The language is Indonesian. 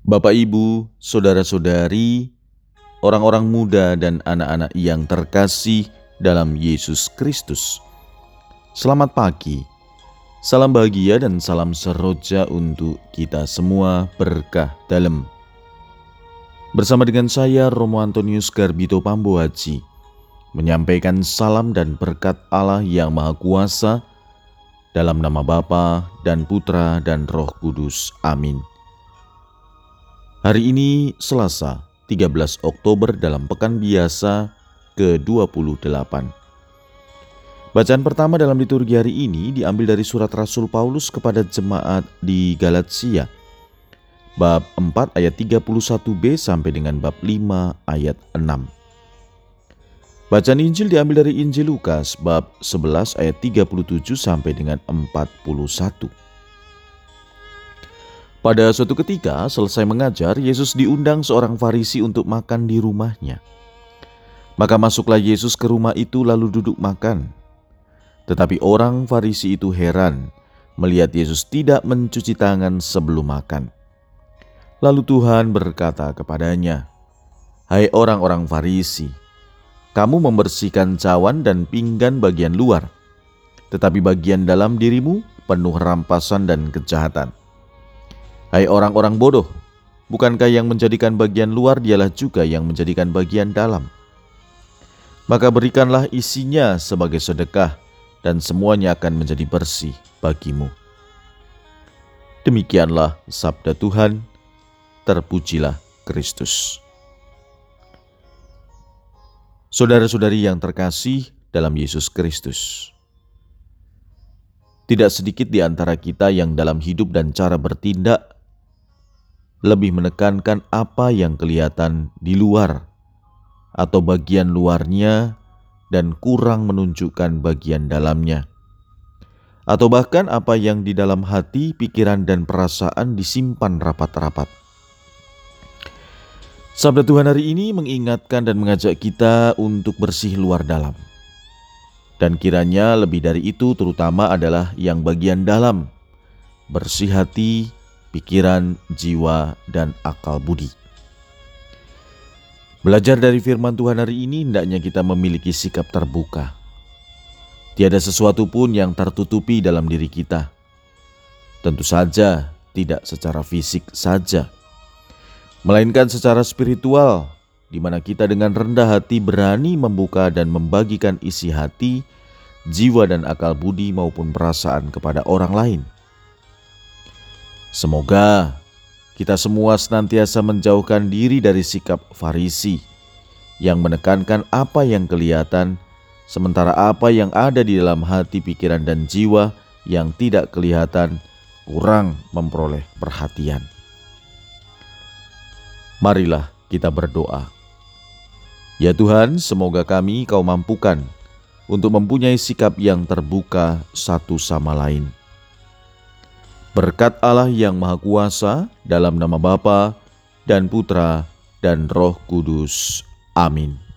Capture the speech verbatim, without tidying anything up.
Bapak, Ibu, saudara-saudari, orang-orang muda dan anak-anak yang terkasih dalam Yesus Kristus. Selamat pagi, salam bahagia dan salam seroja untuk kita semua, berkah dalam. Bersama dengan saya, Romo Antonius Garbito Pambuaji, menyampaikan salam dan berkat Allah yang Maha Kuasa, dalam nama Bapa dan Putra dan Roh Kudus. Amin. Hari ini Selasa, tiga belas Oktober dalam Pekan Biasa ke dua puluh delapan. Bacaan pertama dalam liturgi hari ini diambil dari surat Rasul Paulus kepada jemaat di Galatia, bab empat ayat tiga puluh satu b sampai dengan bab lima ayat enam. Bacaan Injil diambil dari Injil Lukas bab sebelas ayat tiga puluh tujuh sampai dengan empat puluh satu. Pada suatu ketika, selesai mengajar, Yesus diundang seorang Farisi untuk makan di rumahnya. Maka masuklah Yesus ke rumah itu lalu duduk makan. Tetapi orang Farisi itu heran melihat Yesus tidak mencuci tangan sebelum makan. Lalu Tuhan berkata kepadanya, "Hai orang-orang Farisi, kamu membersihkan cawan dan pinggan bagian luar, tetapi bagian dalam dirimu penuh rampasan dan kejahatan. Hai orang-orang bodoh, bukankah yang menjadikan bagian luar dialah juga yang menjadikan bagian dalam? Maka berikanlah isinya sebagai sedekah, dan semuanya akan menjadi bersih bagimu." Demikianlah sabda Tuhan, terpujilah Kristus. Saudara-saudari yang terkasih dalam Yesus Kristus, tidak sedikit di antara kita yang dalam hidup dan cara bertindak lebih menekankan apa yang kelihatan di luar atau bagian luarnya dan kurang menunjukkan bagian dalamnya. Atau bahkan apa yang di dalam hati, pikiran, dan perasaan disimpan rapat-rapat. Sabda Tuhan hari ini mengingatkan dan mengajak kita untuk bersih luar dalam. Dan kiranya lebih dari itu, terutama adalah yang bagian dalam, bersih hati, pikiran, jiwa, dan akal budi. Belajar dari firman Tuhan hari ini, hendaknya kita memiliki sikap terbuka. Tiada sesuatu pun yang tertutupi dalam diri kita. Tentu saja tidak secara fisik saja, melainkan secara spiritual, di mana kita dengan rendah hati berani membuka dan membagikan isi hati, jiwa, dan akal budi maupun perasaan kepada orang lain. Semoga kita semua senantiasa menjauhkan diri dari sikap Farisi yang menekankan apa yang kelihatan, sementara apa yang ada di dalam hati, pikiran, dan jiwa yang tidak kelihatan kurang memperoleh perhatian. Marilah kita berdoa. Ya Tuhan, semoga kami Kau mampukan untuk mempunyai sikap yang terbuka satu sama lain. Berkat Allah yang Maha Kuasa, dalam nama Bapa dan Putra dan Roh Kudus. Amin.